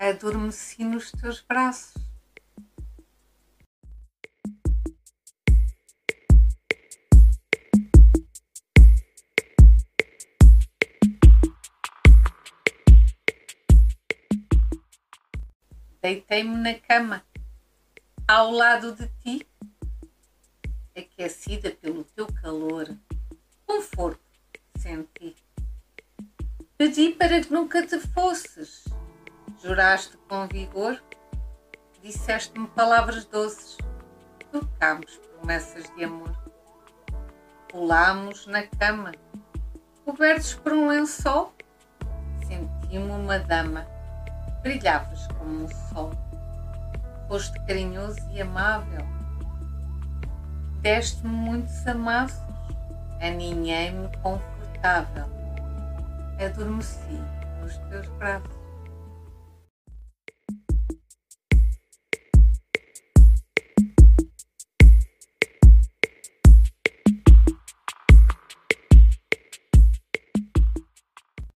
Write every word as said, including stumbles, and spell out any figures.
Adormeci nos teus braços. Deitei-me na cama, ao lado de ti, aquecida pelo teu calor, conforto senti. Pedi para que nunca te fosses, juraste com vigor, disseste-me palavras doces, trocámos promessas de amor. Pulámos na cama, cobertos por um lençol, senti-me uma dama, brilhavas como um sol. Foste carinhoso e amável, deste-me muitos amassos, aninhei-me confortável, adormeci nos teus braços.